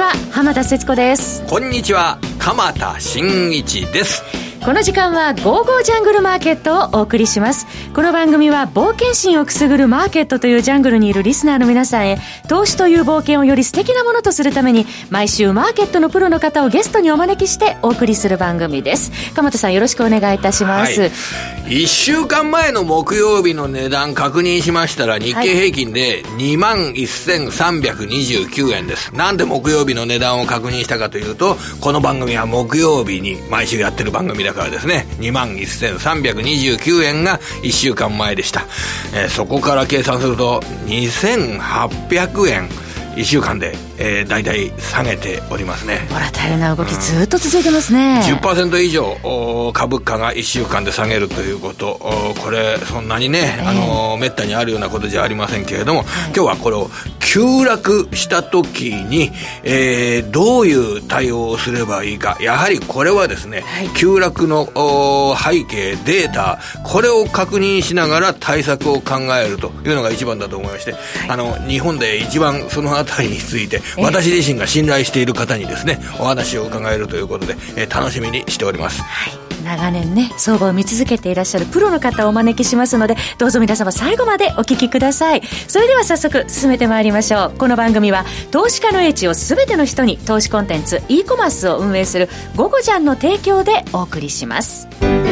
は浜田節子です。 こんにちは、鎌田新一です。 この時間はゴーゴージャングルマーケットをお送りします。この番組は冒険心をくすぐるマーケットというジャングルにいるリスナーの皆さんへ、投資という冒険をより素敵なものとするために毎週マーケットのプロの方をゲストにお招きしてお送りする番組です。鎌田さん、よろしくお願いいたします。 1週間前の木曜日の値段確認しましたら、日経平均で 21,329 円です。なんで木曜日の値段を確認したかというと、この番組は木曜日に毎週やってる番組だからですね。 21,329 円が1週間前でした。そこから計算すると2,800円1週間で、だいたい下げておりますね。 ボラタイルな動きずっと続いてますね。 10% 以上株価が1週間で下げるということ、これそんなにね、めったにあるようなことじゃありませんけれども、今日はこれを急落した時に、どういう対応をすればいいか。やはりこれはですね、急落の背景、データ、これを確認しながら対策を考えるというのが一番だと思いまして、日本で一番そのあたりについて私自身が信頼している方にですね、お話を伺えるということで、楽しみにしております。 長年ね、相場を見続けていらっしゃるプロの方をお招きしますので、どうぞ皆様最後までお聞きください。それでは早速進めてまいりましょう。この番組は投資家の英知を全ての人に、投資コンテンツ e コマースを運営するゴゴジャンの提供でお送りします。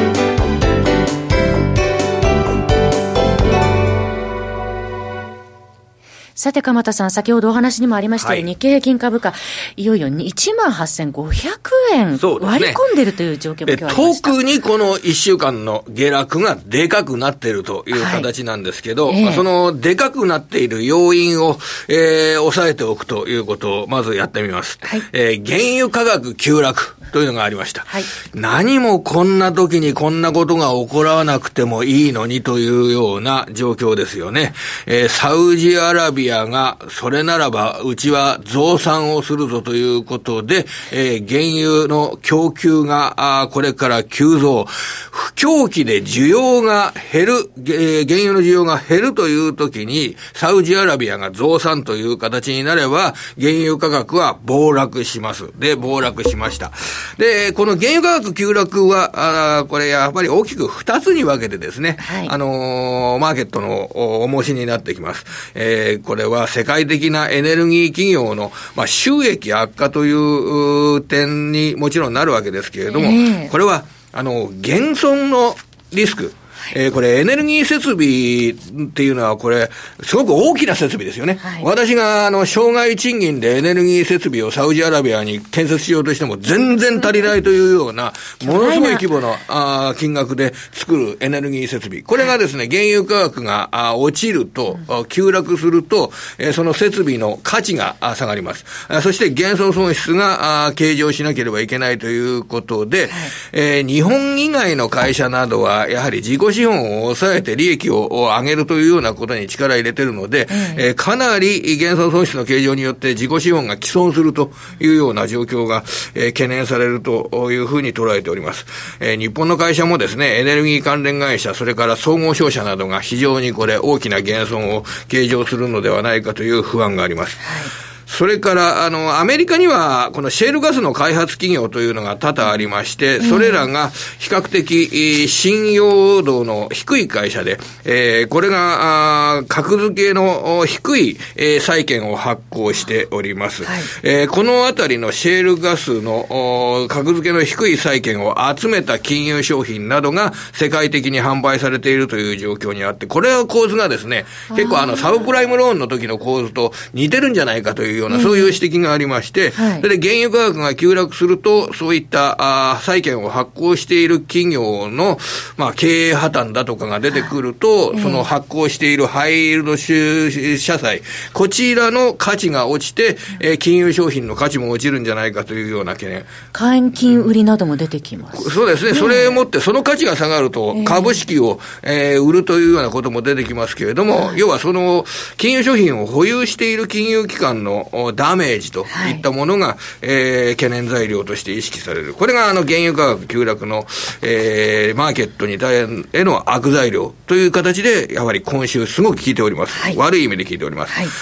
さて鎌田さん、先ほどお話にもありましたように、日経平均株価いよいよ 18,500 円割り込んでるという状況も今日ありました。 特にこの1週間の下落がでかくなっているという形なんですけど、そのでかくなっている要因を、抑えておくということをまずやってみます。原油価格急落というのがありました。何もこんな時にこんなことが起こらなくてもいいのにというような状況ですよね。サウジアラビアがそれならばうちは増産をするぞということで、原油の供給がこれから急増。不況期で需要が減る、原油の需要が減るという時にサウジアラビアが増産という形になれば、原油価格は暴落します。で、暴落しました。で、この原油価格急落はこれやっぱり大きく2つに分けてですね、マーケットの重しになってきます。これは世界的なエネルギー企業の、収益悪化という点にもちろんなるわけですけれども、これは減損のリスク、これエネルギー設備っていうのはこれすごく大きな設備ですよね。私が生涯賃金でエネルギー設備をサウジアラビアに建設しようとしても全然足りないというようなものすごい規模の金額で作るエネルギー設備、これがですね、原油価格が落ちると、急落すると、その設備の価値が下がります。そして減損損失が計上しなければいけないということで、日本以外の会社などはやはり自己資本を抑えて利益を上げるというようなことに力を入れているので、かなり減損損失の計上によって自己資本が毀損するというような状況が、懸念されるというふうに捉えております。日本の会社もですね、エネルギー関連会社、それから総合商社などが非常にこれ大きな減損を計上するのではないかという不安があります。それからアメリカにはこのシェールガスの開発企業というのが多々ありまして、それらが比較的信用度の低い会社で、これが格付けの低い債券を発行しております。このあたりのシェールガスの格付けの低い債券を集めた金融商品などが世界的に販売されているという状況にあって、これは構図がですね、結構サブプライムローンの時の構図と似てるんじゃないかというような、そういう指摘がありまして、で、原油価格が急落すると、そういった債券を発行している企業の、経営破綻だとかが出てくると、その発行しているハイイールド社債、こちらの価値が落ちて、金融商品の価値も落ちるんじゃないかというような懸念。 換金売りなども出てきます。 そうですね。それをもって、その価値が下がると、株式を、売るというようなことも出てきますけれども、要はその、金融商品を保有している金融機関のダメージといったものが、懸念材料として意識される。これが原油価格急落の、マーケットに対への悪材料という形で、やはり今週すごく効いております。悪い意味で効いております。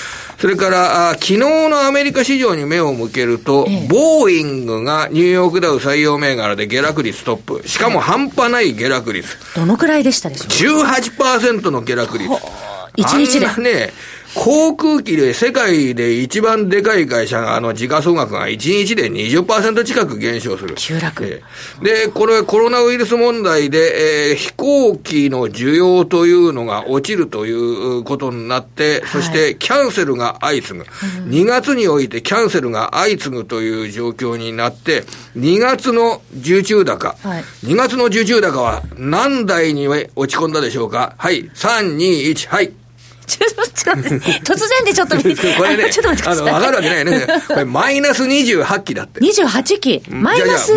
それから昨日のアメリカ市場に目を向けると、ボーイングがニューヨークダウ採用銘柄で下落率トップ。しかも半端ない下落率。 どのくらいでしたでしょうか？ 18% の下落率。 1日で。 あんなね、航空機で世界で一番でかい会社が時価総額が1日で 20% 近く減少する。 急落。 で、これコロナウイルス問題で、飛行機の需要というのが落ちるということになって、そしてキャンセルが相次ぐ。2月においてキャンセルが相次ぐという状況になって、2月の受注高。2月の受注高は何台に落ち込んだでしょうか？はい。3、2、1、はい。 突然でちょっと見て、 これね、 ちょっと待ってください。 わかるわけないね。これマイナス28機だって。 28機マイナス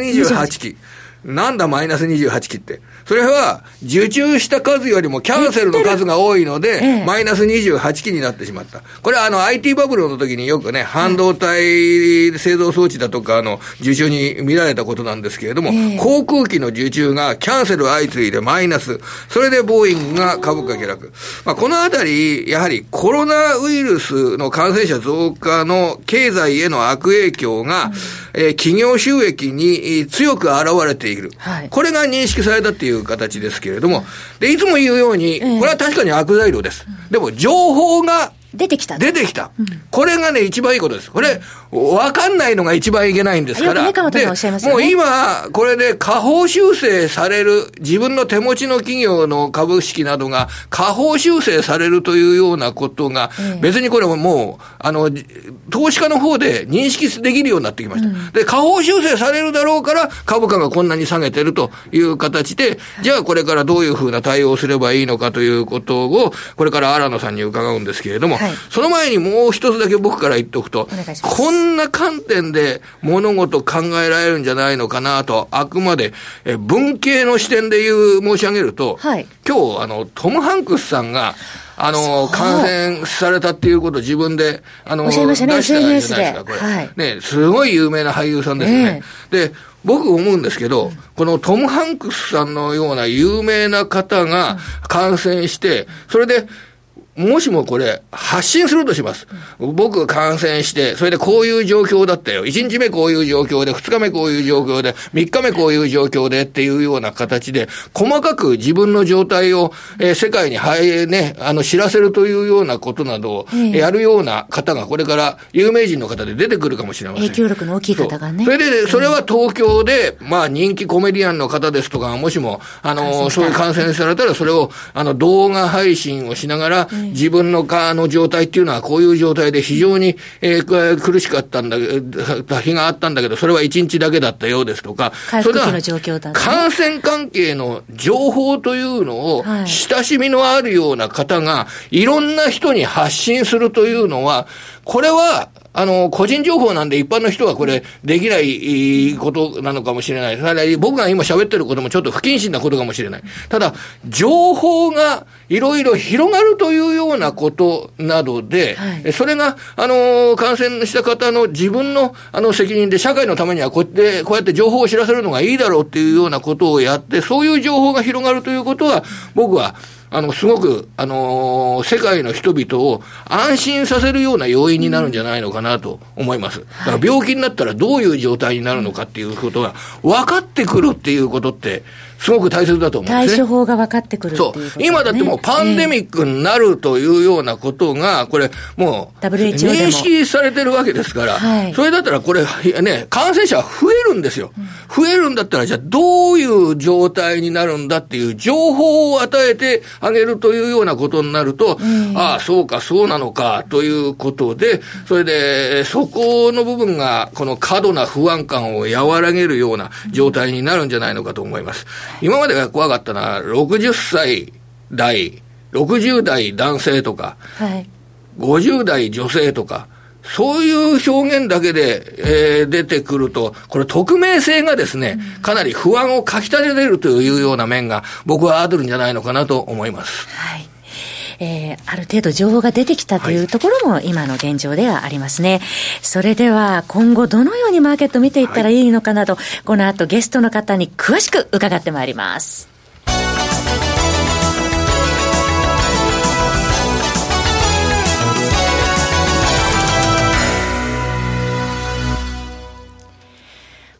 28機。なんだマイナス28機って。それは、受注した数よりもキャンセルの数が多いので、マイナス28機になってしまった。これはIT バブルの時によくね、半導体製造装置だとか受注に見られたことなんですけれども、航空機の受注がキャンセル相次いでマイナス。それでボーイングが株価下落。このあたり、やはりコロナウイルスの感染者増加の経済への悪影響が、企業収益に強く現れている。これが認識されたっていう形ですけれども、で、いつも言うように、これは確かに悪材料です。でも、情報が出てきた。これがね、一番いいことです。これ、わかんないのが一番いけないんですから。 で、 もう今、これで下方修正される、自分の手持ちの企業の株式などが下方修正されるというようなことが、別にこれももう、投資家の方で認識できるようになってきました。で、下方修正されるだろうから、株価がこんなに下げてるという形で、じゃあこれからどういうふうな対応をすればいいのかということを、これから荒野さんに伺うんですけれども、その前にもう一つだけ僕から言っておくと、こんな観点で物事考えられるんじゃないのかなと、あくまで文系の視点で申し上げると、今日トム・ハンクスさんが感染されたっていうことを自分でおっしゃいましたね、 出したじゃないですか、これ、ね、すごい有名な俳優さんですよね。で、僕思うんですけど、このトム・ハンクスさんのような有名な方が感染して、それでもしもこれ、発信するとします。僕感染して、それでこういう状況だったよ。1日目こういう状況で、2日目こういう状況で、3日目こういう状況でっていうような形で、細かく自分の状態を、世界に知らせるというようなことなどを、やるような方がこれから有名人の方で出てくるかもしれません。 影響力の大きい方がね。 それで、それは東京で、人気コメディアンの方ですとか、もしも、そういう感染されたら、それを、動画配信をしながら、自分の状態っていうのはこういう状態で非常に、苦しかったんだ日があったんだけど、それは1日だけだったようですとか、 回復期の状況だね、 感染関係の情報というのを、親しみのあるような方がいろんな人に発信するというのは、これは個人情報なんで一般の人はこれできないことなのかもしれない。僕が今喋ってることもちょっと不謹慎なことかもしれない。ただ、情報がいろいろ広がるというようなことなどで、それが、感染した方の自分の責任で社会のためにはこうやって情報を知らせるのがいいだろうっていうようなことをやって、そういう情報が広がるということは、僕は、すごく、世界の人々を安心させるような要因になるんじゃないのかなと思います。だから病気になったらどういう状態になるのかっていうことが分かってくるっていうことって、すごく大切だと思うんですね。 対処法が分かってくるっていうことね。 そう。今だってもうパンデミックになるというようなことが、これもう認識されてるわけですから、それだったらこれね、感染者は増えるんですよ。増えるんだったら、じゃあどういう状態になるんだっていう情報を与えてあげるというようなことになると、ああ、そうか、そうなのか、ということで、それで、そこの部分が、この過度な不安感を和らげるような状態になるんじゃないのかと思います。今までが怖かったのは、60歳代、60代男性とか、50代女性とか、そういう表現だけで、出てくると、これ匿名性がですね、かなり不安をかき立てるというような面が、僕はあるんじゃないのかなと思います。 ある程度情報が出てきたというところも今の現状ではありますね。それでは今後どのようにマーケット見ていったらいいのかなど、この後ゲストの方に詳しく伺ってまいります。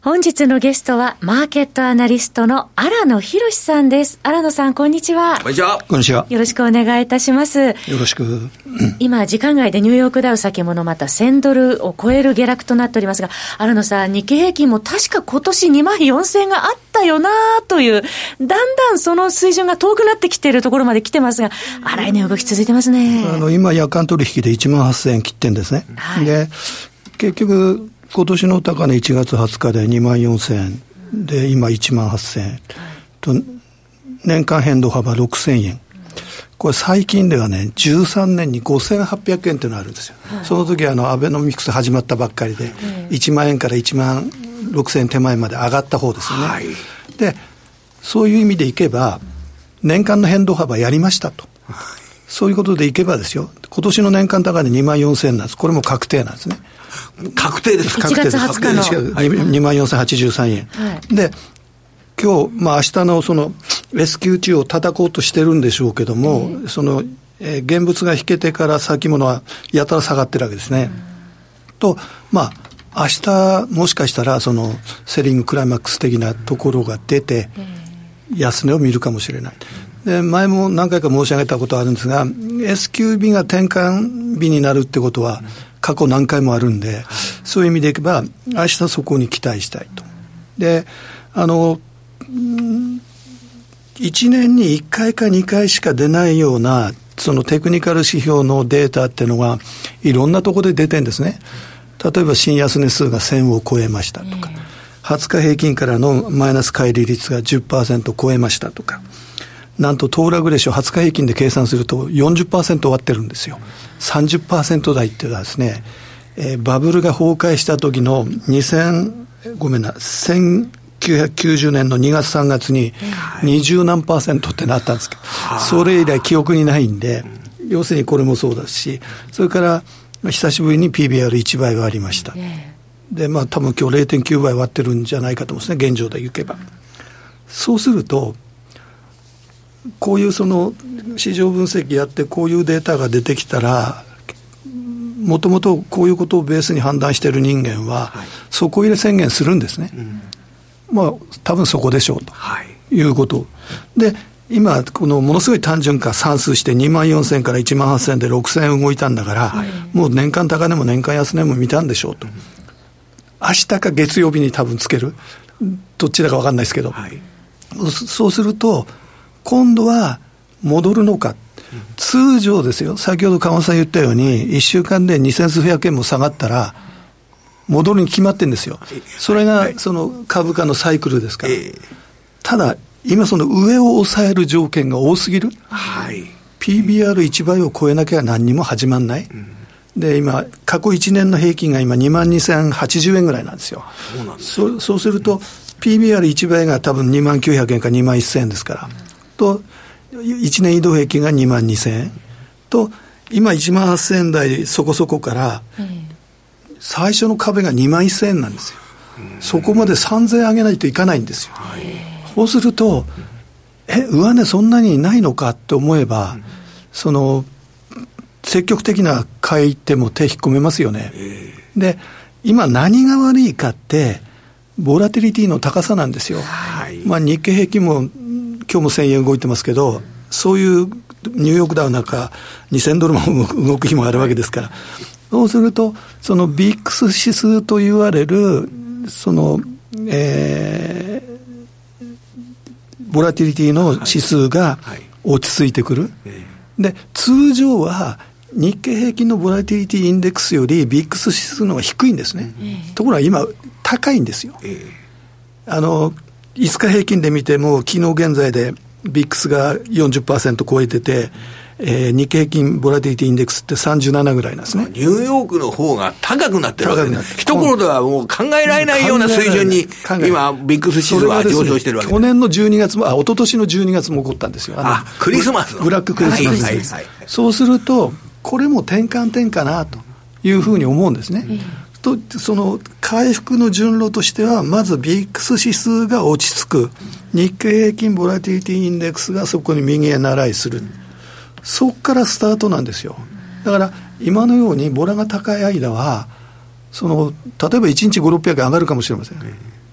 本日のゲストはマーケットアナリストの荒野博さんです。荒野さん、こんにちは。 こんにちは。 こんにちは。 よろしくお願いいたします。よろしく。 今時間外でニューヨークダウ先物また1000ドルを超える下落となっておりますが、荒野さん、日経平均も確か今年24,000があったよなという、だんだんその水準が遠くなってきているところまで来てますが、荒い値動き続いてますね。 今夜間取引で18,000円切ってんですね。はい、で結局今年の高値1月20日で24,000円で今18,000円と年間変動幅6,000円。これ最近ではね、13年に5,800円っていうのがあるんですよ。はい、その時アベノミクス始まったばっかりで、1万円から1万6,000円手前まで上がった方ですよね。はい、でそういう意味でいけば年間の変動幅やりましたと。そういうことでいけばですよ、今年の年間高値24,000円なんです。これも確定なんですね。 確定です。 1月20日の 24,083円、はい、で今日、明日のその S q 値を叩こうとしてるんでしょうけども、その、現物が引けてから先物はやたら下がってるわけですね。と明日もしかしたらそのセリングクライマックス的なところが出て安値を見るかもしれない。で前も何回か申し上げたことあるんですが、 S q 日が転換日になるってことは過去何回もあるんで、そういう意味でいけば明日そこに期待したいと。で1年に1回か2回しか出ないようなそのテクニカル指標のデータっていうのがいろんなところで出てるんですね。例えば新安値数が1000を超えましたとか、20日平均からのマイナス乖離率が 10% 超えましたとか、なんと騰落レシオ20日平均で計算すると 40% 割ってるんですよ。30% 台っていうのはですね、バブルが崩壊した時の1990年の2月3月に20何%ってなったんですけど、それ以来記憶にないんで、要するにこれもそうだし、それから久しぶりに PBR1 倍がありました。で多分今日 0.9 倍割ってるんじゃないかと思うんですね、現状でいけば。そうするとこういうその市場分析やってこういうデータが出てきたら、もともとこういうことをベースに判断している人間は底入れ宣言するんですね。多分そこでしょうということ、で今このものすごい単純化算数して24,000から18,000で6,000円動いたんだから、もう年間高値も年間安値も見たんでしょうと。明日か月曜日に多分つける、どっちだか分かんないですけど、そうすると今度は戻るのか。通常ですよ、先ほど川本さん言ったように1週間で2,000数百円も下がったら戻るに決まってるんですよ。それがその株価のサイクルですから。ただ今その上を抑える条件が多すぎる。PBR1 倍を超えなきゃ何にも始まんない。で今過去1年の平均が今 22,080 円ぐらいなんですよ。そうすると PBR1 倍が多分 29,000 円か 21,000 円ですからと、1年移動平均が 22,000 円と、今 18,000 円台そこそこから、最初の壁が 21,000 円なんですよ。そこまで 3,000 円上げないといかないんですよ。そうすると上値そんなにないのかって思えば、その積極的な買い手も手引っ込めますよね。で今何が悪いかってボラティリティの高さなんですよ。日経平均も今日も1000円動いてますけど、そういうニューヨークダウなんか2000ドルも動く日もあるわけですから、そうするとそのビックス指数と言われるその、ボラティリティの指数が落ち着いてくる。で通常は日経平均のボラティリティインデックスよりビックス指数の方が低いんですね。ところが今高いんですよ。5日平均で見ても昨日現在でビックスが 40% 超えてて、日経平均ボラティリティインデックスって37ぐらいなんですね。 ニューヨークの方が高くなってるわけですね。一頃ではもう考えられないような水準に今ビックス指数は上昇してるわけです。 去年の12月も一昨年の12月も起こったんですよ。 クリスマスのブラッククリスマスです。そうするとこれも転換点かなというふうに思うんですね。とその回復の順路としては、まずビックス指数が落ち着く、日経平均ボラティリティインデックスがそこに右へ習いする、そこからスタートなんですよ。だから今のようにボラが高い間はその例えば1日5、600円上がるかもしれません。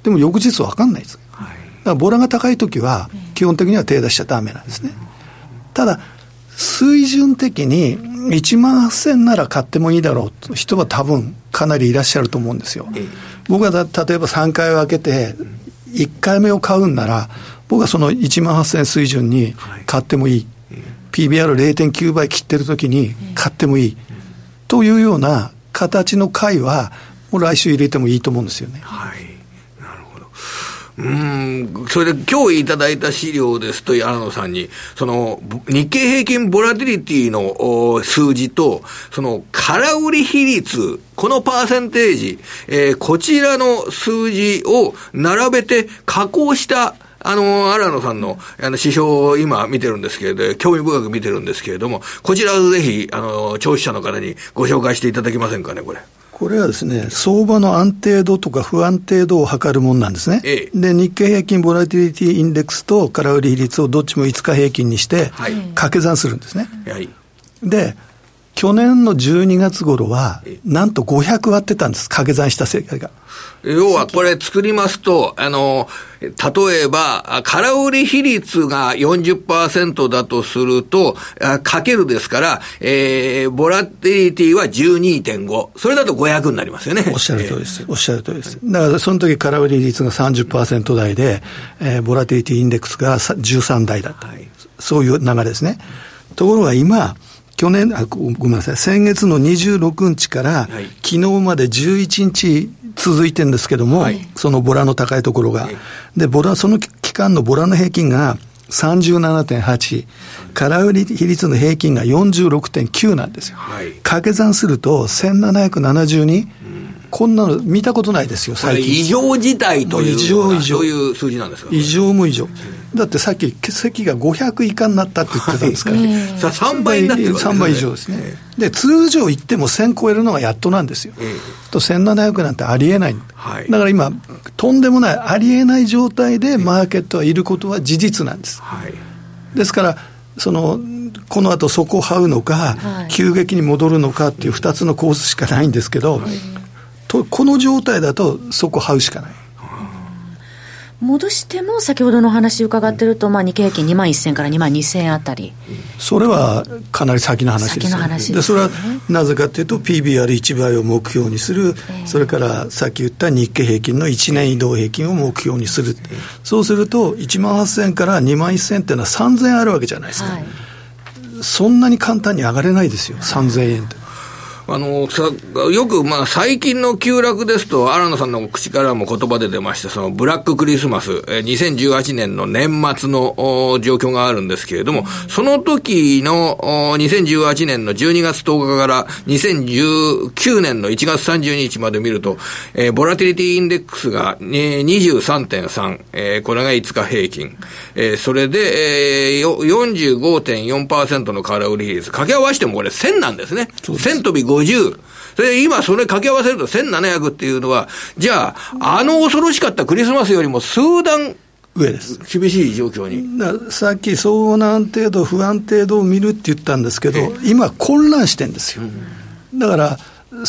でも翌日は分かんないです。だからボラが高いときは基本的には手出しちゃダメなんですね。ただ水準的に18,000なら買ってもいいだろうと人は多分かなりいらっしゃると思うんですよ。僕は例えば3回を開けて1回目を買うんなら僕はその18,000数字に買ってもいい、PBR0.9 倍切ってるときに買ってもいいというような形の買いはもう来週入れてもいいと思うんですよね。 はい、なるほど。それで今日いただいた資料ですと、荒野さんにその日経平均ボラティリティの数字とその空売り比率、このパーセンテージ、こちらの数字を並べて加工した荒野さんの指標を今見てるんですけれど、興味深く見てるんですけれども、こちらをぜひ聴取者の方にご紹介していただけませんかね。 これはですね、相場の安定度とか不安定度を測るものなんですね。で、日経平均ボラティリティインデックスと空売り比率をどっちも5日平均にして掛け算するんですね。はい、で、去年の12月頃はなんと500割ってたんです。掛け算した世界が。 要はこれ作りますと、例えば、空売り比率が 40% だとすると、かけるですから、ボラティリティは 12.5。それだと500になりますよね。 おっしゃる通りです。おっしゃる通りです。だからその時空売り率が 30% 台で、ボラティリティインデックスが13台だった。はい、そういう流れですね。ところが今、ごめんなさい。先月の26日から、昨日まで11日続いてるんですけども、そのボラの高いところが。で、その期間のボラの平均が 37.8、空売り比率の平均が 46.9 なんですよ。掛け算すると1772、こんなの見たことないですよ、最近。 異常事態というそういう数字なんですか。 異常も異常。だってさっき席が500以下になったって言ってたんですから、 3倍になってるわけですね。 3倍以上ですね。で、通常言っても1000超えるのがやっとなんですよ。と1700なんてありえない。だから今、とんでもない、ありえない状態でマーケットはいることは事実なんです。ですから、この後底を這うのか、急激に戻るのかっていう2つのコースしかないんですけど、この状態だと底を這うしかない。 戻しても先ほどの話伺ってると、日経平均21,000から22,000あたり、 それはかなり先の話です。でそれはなぜかというと PBR1 倍を目標にする、それからさっき言った日経平均の1年移動平均を目標にする、そうすると 18,000 から21,000っていうのは 3,000 あるわけじゃないですか。そんなに簡単に上がれないですよ、3,000円って。 よく最近の急落ですと荒野さんの口からも言葉で出ましたそのブラッククリスマス、2018年の年末の状況があるんですけれども、その時の2018年の12月10日から2019年の1月30日まで見ると、ボラティリティインデックスが 23.3、これが5日平均、それで、45.4% の空売り比率、掛け合わせてもこれ1000なんですね。1000飛び50。それで今それ掛け合わせると1700っていうのは、じゃあ恐ろしかったクリスマスよりも数段上です。 厳しい状況に。 さっき相応な安定度不安定度を見るって言ったんですけど、今混乱してんですよ。だから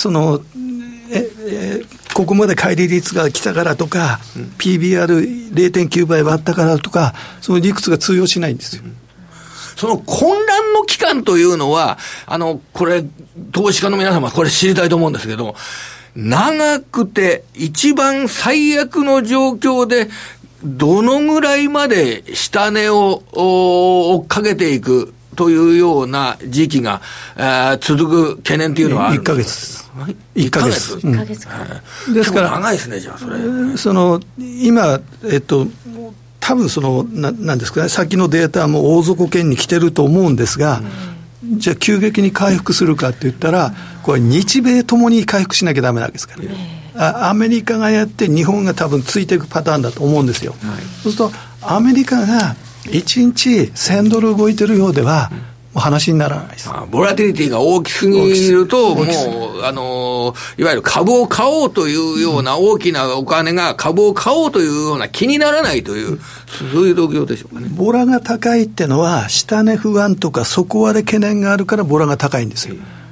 ここまで乖離率が来たからとか、PBR0.9 倍割ったからとか、その理屈が通用しないんですよ。 その混乱の期間というのは、これ、投資家の皆様、これ知りたいと思うんですけど、長くて一番最悪の状況で、どのぐらいまで下値を追っかけていくというような時期が続く懸念というのはあるんですか。 1ヶ月。 1ヶ月か。 ですから、 長いですね、じゃあ、それ。 今、多分なんですかね、先のデータも大底圏に来てると思うんですが、じゃあ急激に回復するかって言ったら、これ日米ともに回復しなきゃダメなわけですから、アメリカがやって日本が多分ついていくパターンだと思うんですよ。そうするとアメリカが1日1000ドル動いてるようではもう話にならないです。 ボラティリティが大きすぎると、もういわゆる株を買おうというような大きなお金が株を買おうというような気にならないという、そういう状況でしょうかね。 ボラが高いってのは下値不安とか底割れ懸念があるからボラが高いんですよ。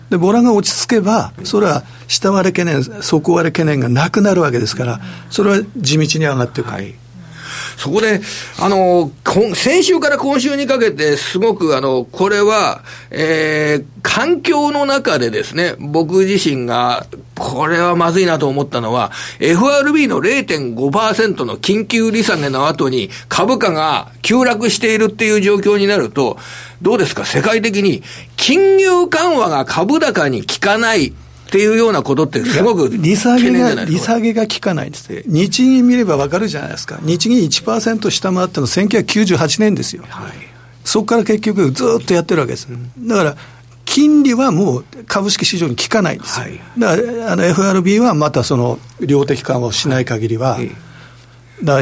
でボラが落ち着けばそれは下割れ懸念底割れ懸念がなくなるわけですから、それは地道に上がっていく、 そこで先週から今週にかけてすごくこれは、環境の中でですね、僕自身がこれはまずいなと思ったのは FRB の 0.5% の緊急利下げの後に株価が急落しているっていう状況になると、どうですか、世界的に金融緩和が株高に効かないっていうようなことってすごく利下げが効かないんです。日銀見ればわかるじゃないですか。日銀 1% 下回ったの1998年ですよ、そこから結局ずっとやってるわけです。だから金利はもう株式市場に効かないんです、だからFRB はまたその量的緩和をしない限りは、だから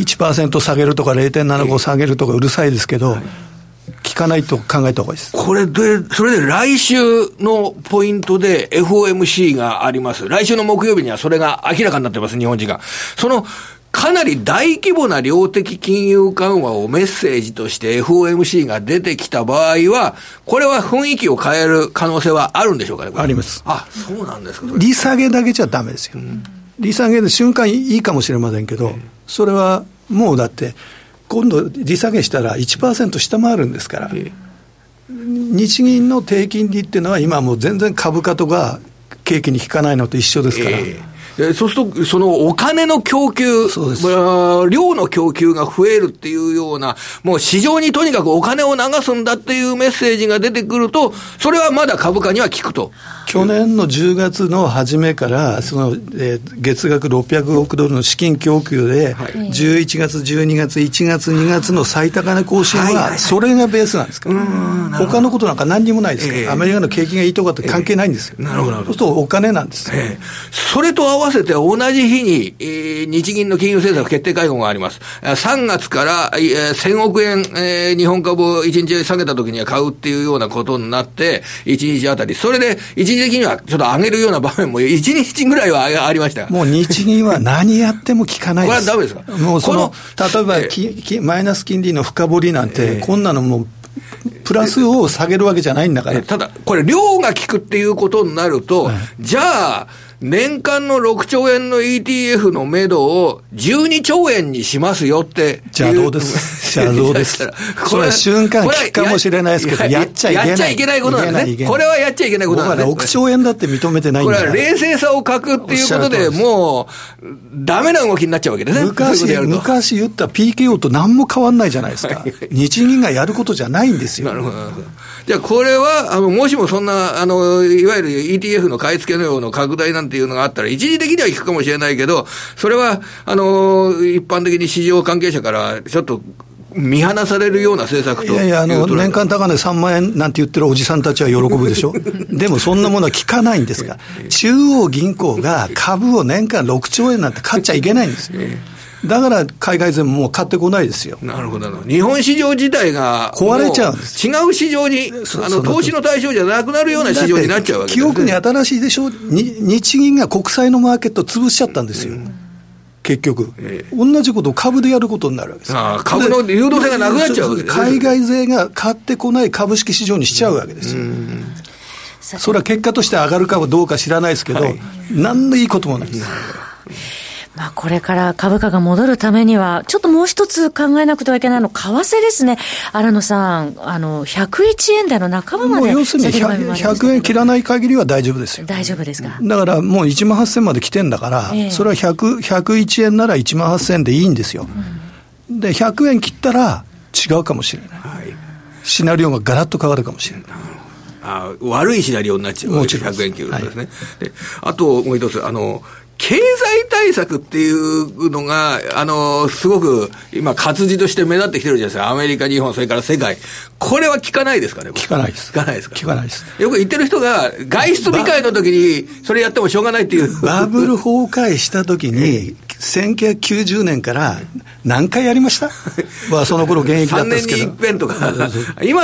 1% 下げるとか 0.75 下げるとかうるさいですけど、効かないと考えた方がいいです。 これで、それで来週のポイントで FOMC があります。来週の木曜日にはそれが明らかになってます、日本時間。そのかなり大規模な量的金融緩和をメッセージとして FOMC が出てきた場合は、これは雰囲気を変える可能性はあるんでしょうかね。 あります。 そうなんですか。 利下げだけじゃダメですよ、利下げで瞬間いいかもしれませんけど、それはもうだって今度利下げしたら 1% 下回るんですから、日銀の低金利っていうのは今もう全然株価とか景気に効かないのと一緒ですから、 そうするとそのお金の供給、量の供給が増えるっていうような、もう市場にとにかくお金を流すんだっていうメッセージが出てくると、それはまだ株価には効くと。 去年の10月の初めからその、月額600億ドルの資金供給で、11月12月1月2月の最高値更新はそれがベースなんですから、他のことなんか何にもないですから、アメリカの景気がいいとかって関係ないんですよ。 なるほど。 そうするとお金なんです、 それと合わせて同じ日に、日銀の金融政策決定会合があります。3月から1000億円、日本株を1日下げた時には買うっていうようなことになって、1日あたり、それで一時的にはちょっと上げるような場面も1日ぐらいはありました。 もう日銀は何やっても効かないです。 これはダメですか。 もう例えば、マイナス金利の深掘りなんて、こんなのもうプラスを下げるわけじゃないんだから。 ただこれ量が効くっていうことになると、じゃあ年間の6兆円の ETF の目処を12兆円にしますよって。 じゃあどうですじゃあどうですそれは瞬間効くかもしれないですけど、やっちゃいけない。 やっちゃいけないことなんですね。これはやっちゃいけないことなんですね。 僕は6兆円だって認めてないんだから。 これは冷静さを欠くっていうことで、もう、ダメな動きになっちゃうわけですね。 昔言った PKO と何も変わんないじゃないですか。日銀がやることじゃないんですよ。 なるほど。じゃあこれは、もしもそんな、いわゆる ETF の買い付けのような拡大なんていうのがあったら、一時的には効くかもしれないけど、それは、一般的に市場関係者からちょっと見放されるような政策と。 年間高値3万円なんて言ってるおじさんたちは喜ぶでしょでもそんなものは効かないんですから。中央銀行が株を年間6兆円なんて買っちゃいけないんですよ。だから海外勢ももう買ってこないですよ。 なるほど。日本市場自体が壊れちゃうんです。 違う市場に、投資の対象じゃなくなるような市場になっちゃうわけですね。 記憶に新しいでしょ。日銀が国債のマーケットを潰しちゃったんですよ。結局、同じことを株でやることになるわけです。 株の流動性がなくなっちゃうわけですね。 海外勢が買ってこない株式市場にしちゃうわけですよ。それは結果として上がるかどうか知らないですけど、何のいいこともないです。 これから株価が戻るためには、ちょっともう一つ考えなくてはいけないの、為替ですね。荒野さん、101円台の半ばまで。 もう要するに100円切らない限りは大丈夫ですよ。 大丈夫ですか。 だからもう1万8000まで来てんだから、それは101円なら1万8000円でいいんですよ。で、100円切ったら違うかもしれない。シナリオがガラッと変わるかもしれない。 悪いシナリオになっちゃう。もう100円切るんですね。で、あともう一つ、経済対策っていうのが、すごく今活字として目立ってきてるじゃないですか。アメリカ、日本、それから世界。これは効かないですかね。 効かないです。 効かないですか。 効かないです。 よく言ってる人が、外出控えの時にそれやってもしょうがないっていう。 バブル崩壊した時に、1990年から何回やりましたその頃現役だったんですけど。 3年に一遍とか。今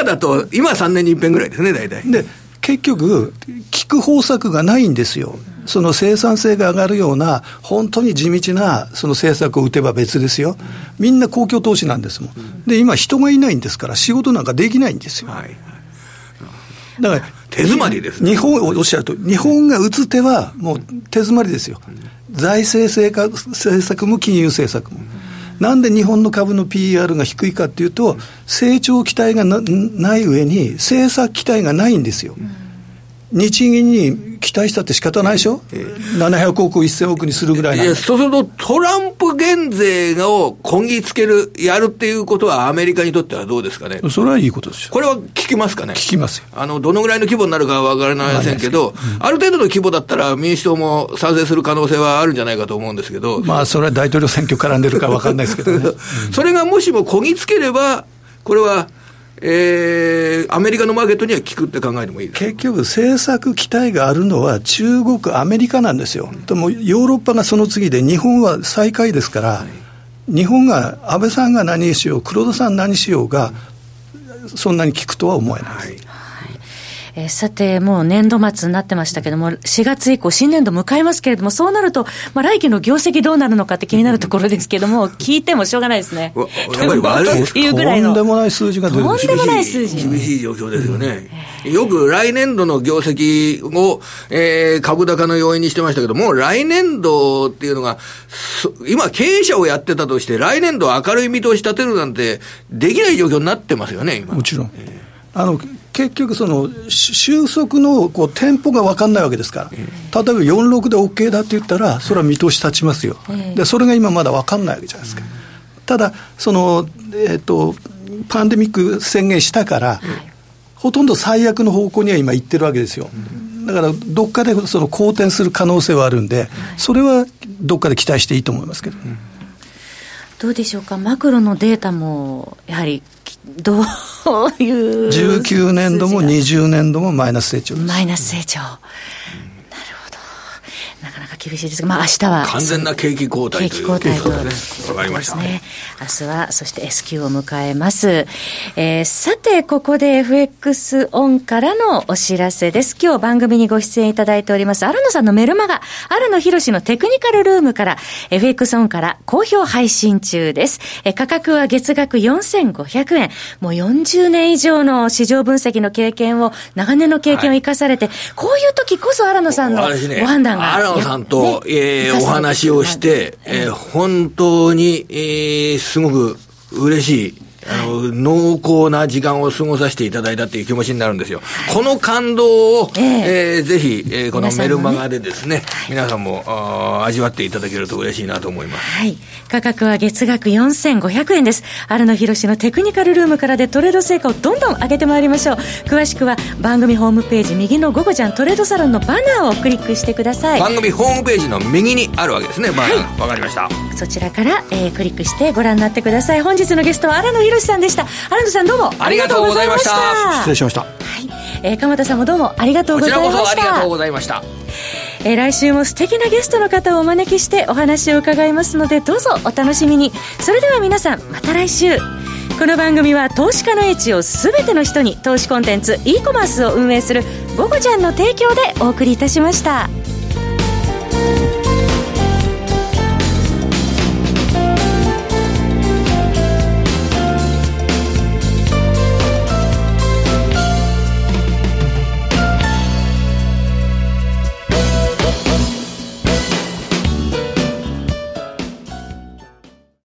3年に一遍ぐらいですね、大体。 で、結局、効く方策がないんですよ。その生産性が上がるような、本当に地道なその政策を打てば別ですよ。みんな公共投資なんですもん。で、今人がいないんですから、仕事なんかできないんですよ。だから、 手詰まりですね。 日本おっしゃると、日本が打つ手はもう手詰まりですよ。財政政策も金融政策も。なんで日本の株の PER が低いかっていうと、成長期待が ない上に政策期待がないんですよ。日銀に期待したって仕方ないでしょ、700億を1000億にするぐらいなんで。 そうするとトランプ減税をこぎつける、やるっていうことはアメリカにとってはどうですかね。 それはいいことですよ。 これは効きますかね。 効きますよ。 どのぐらいの規模になるかは分からませんけど、ある程度の規模だったら民主党も賛成する可能性はあるんじゃないかと思うんですけど、 まあそれは大統領選挙絡んでるか分かんないですけどね、 それがもしもこぎつければ、これはアメリカのマーケットには効くって考えてもいいですか。 結局政策期待があるのは中国、アメリカなんですよ。でもヨーロッパがその次で日本は最下位ですから、日本が安倍さんが何しよう黒田さん何しようがそんなに効くとは思えないです、 さてもう年度末になってましたけども、4月以降新年度迎えますけれども、そうなると、来期の業績どうなるのかって気になるところですけども、聞いてもしょうがないですね。 やっぱり悪いっていうぐらいのとんでもない数字が出てくる。 とんでもない数字。 厳しい状況ですよね。よく来年度の業績を、株高の要因にしてましたけども、来年度っていうのが今経営者をやってたとして来年度明るい見通し立てるなんてできない状況になってますよね今。 もちろん、結局その収束のテンポが分かんないわけですから、例えば46で OK だって言ったらそれは見通し立ちますよ、でそれが今まだ分かんないわけじゃないですか。ただその、パンデミック宣言したから、ほとんど最悪の方向には今行ってるわけですよ。だからどっかでその好転する可能性はあるんで、それはどっかで期待していいと思いますけど、 どうでしょうか。マクロのデータもやはりどういう 19年度も20年度もマイナス成長です。 マイナス成長、なるほど。なかなか厳しいですが、明日は完全な景気後退ということですね。わかりましたね。 明日はそして S q を迎えます。さてここで FX オンからのお知らせです。今日番組にご出演いただいております新野さんのメルマガ、新野博のテクニカルルームから FX オンから好評配信中です。価格は月額4500円。もう40年以上の市場分析の経験を、長年の経験を生かされて、こういう時こそ新野さんのご判断が、 新野さんと、お話をして、本当に、すごく嬉しい、濃厚な時間を過ごさせていただいたっていう気持ちになるんですよ。この感動を、ぜひ、このメルマガでですね、皆さんも味わっていただけると嬉しいなと思います。 価格は月額4500円です。新野博のテクニカルルームからでトレード成果をどんどん上げてまいりましょう。詳しくは番組ホームページ右のゴゴジャントレードサロンのバナーをクリックしてください。 番組ホームページの右にあるわけですね、バナー。わかりました。 そちらから、クリックしてご覧になってください。本日のゲストは新野博さんでした。新野さんどうもありがとうございました。 失礼しました。 鎌田さんもどうもありがとうございました。 こちらこそありがとうございました。 来週も素敵なゲストの方をお招きしてお話を伺いますので、どうぞお楽しみに。それでは皆さん、また来週。この番組は投資家の英知をすべての人に、投資コンテンツ e コマースを運営するゴゴジャンの提供でお送りいたしました。